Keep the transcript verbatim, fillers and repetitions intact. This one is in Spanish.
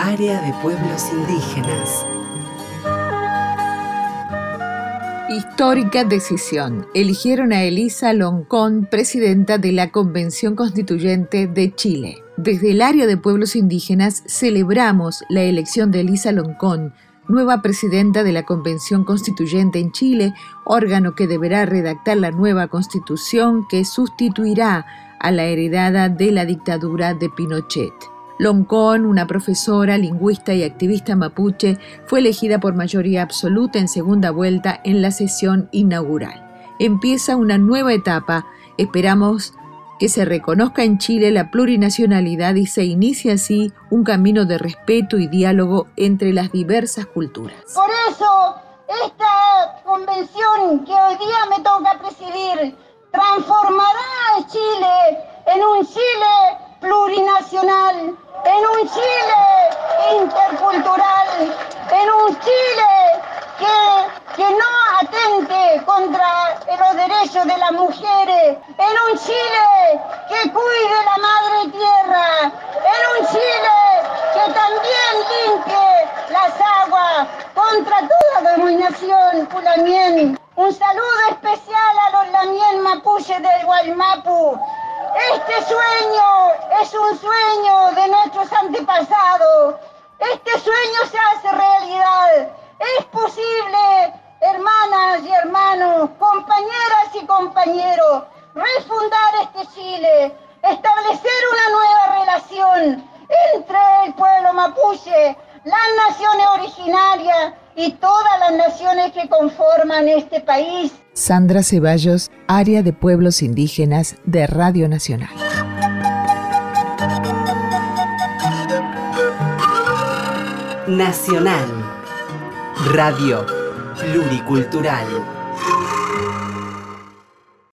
Área de Pueblos Indígenas. Histórica decisión. Eligieron a Elisa Loncón, presidenta de la Convención Constituyente de Chile. Desde el Área de Pueblos Indígenas celebramos la elección de Elisa Loncón, nueva presidenta de la Convención Constituyente en Chile, órgano que deberá redactar la nueva constitución que sustituirá a la heredada de la dictadura de Pinochet. Loncón, una profesora, lingüista y activista mapuche, fue elegida por mayoría absoluta en segunda vuelta en la sesión inaugural. Empieza una nueva etapa. Esperamos que se reconozca en Chile la plurinacionalidad y se inicie así un camino de respeto y diálogo entre las diversas culturas. Por eso, esta convención que hoy día me toca presidir transformará a Chile en un Chile plurinacional, en un Chile intercultural, en un Chile que, que no atente contra los derechos de las mujeres, en un Chile que cuide la madre tierra, en un Chile que también limpie las aguas contra toda dominación pulamien. Un saludo especial a los lamien mapuche del Guaymapu. Este sueño es un sueño de nuestros antepasados. Este sueño se hace realidad. Es posible, hermanas y hermanos, compañeras y compañeros, refundar este Chile, establecer una nueva relación entre el pueblo mapuche, las naciones originarias y todas las naciones que conforman este país. Sandra Ceballos, Área de Pueblos Indígenas de Radio Nacional. Nacional. Radio Pluricultural.